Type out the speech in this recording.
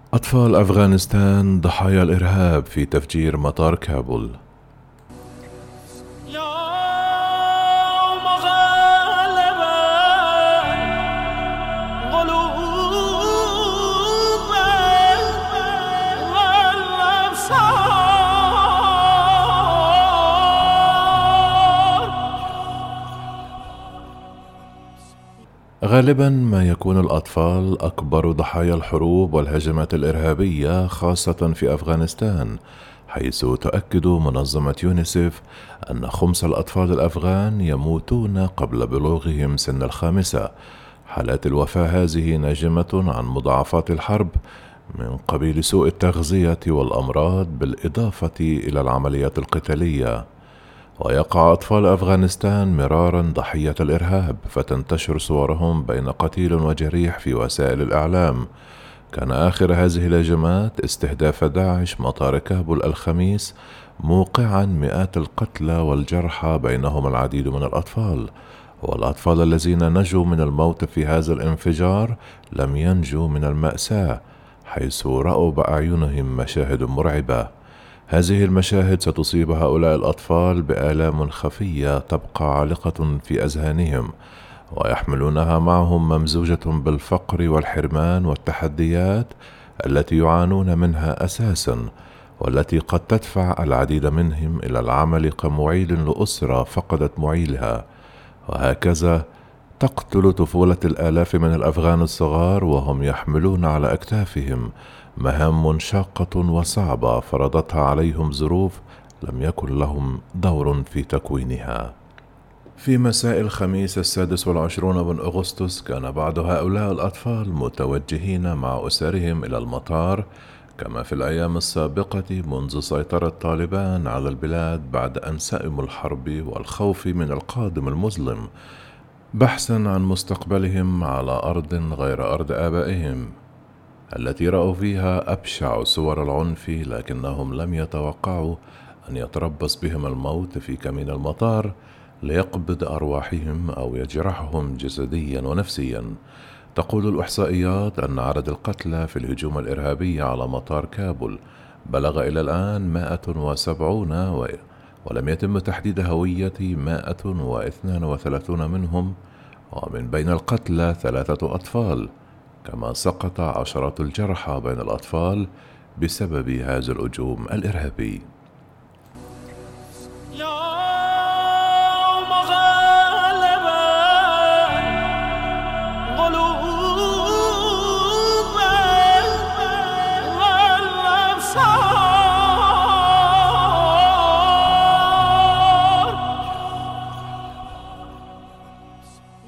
أطفال أفغانستان ضحايا الإرهاب في تفجير مطار كابول. يوم غالبا غلوبا غالبا ما يكون الأطفال أكبر ضحايا الحروب والهجمات الإرهابية خاصة في أفغانستان، حيث تؤكد منظمة يونيسف أن خمس الأطفال الأفغان يموتون قبل بلوغهم سن الخامسة. حالات الوفاة هذه ناجمة عن مضاعفات الحرب من قبيل سوء التغذية والأمراض بالإضافة إلى العمليات القتالية. ويقع أطفال أفغانستان مرارا ضحية الإرهاب، فتنتشر صورهم بين قتيل وجريح في وسائل الإعلام. كان آخر هذه الهجمات استهداف داعش مطار كابول الخميس، موقعا مئات القتلى والجرحى بينهم العديد من الأطفال. والأطفال الذين نجوا من الموت في هذا الانفجار لم ينجوا من المأساة، حيث رأوا بأعينهم مشاهد مرعبة. هذه المشاهد ستصيب هؤلاء الأطفال بآلام خفية تبقى عالقة في أذهانهم، ويحملونها معهم ممزوجة بالفقر والحرمان والتحديات التي يعانون منها أساسا، والتي قد تدفع العديد منهم إلى العمل كمعيل لأسرة فقدت معيلها. وهكذا تقتل طفولة الآلاف من الأفغان الصغار وهم يحملون على أكتافهم مهام شاقة وصعبة فرضتها عليهم ظروف لم يكن لهم دور في تكوينها. في مساء الخميس 26 من أغسطس كان بعض هؤلاء الأطفال متوجهين مع أسرهم إلى المطار، كما في الأيام السابقة منذ سيطرة طالبان على البلاد بعد أن سئموا الحرب والخوف من القادم المظلم، بحثا عن مستقبلهم على أرض غير أرض آبائهم التي رأوا فيها أبشع صور العنف. لكنهم لم يتوقعوا أن يتربص بهم الموت في كمين المطار ليقبض أرواحهم أو يجرحهم جسديا ونفسيا. تقول الإحصائيات أن عدد القتلى في الهجوم الإرهابي على مطار كابول بلغ إلى الآن 170، ولم يتم تحديد هوية 132 منهم، ومن بين القتلى 3 أطفال، كما سقط عشرات الجرحى بين الأطفال بسبب هذا الهجوم الإرهابي.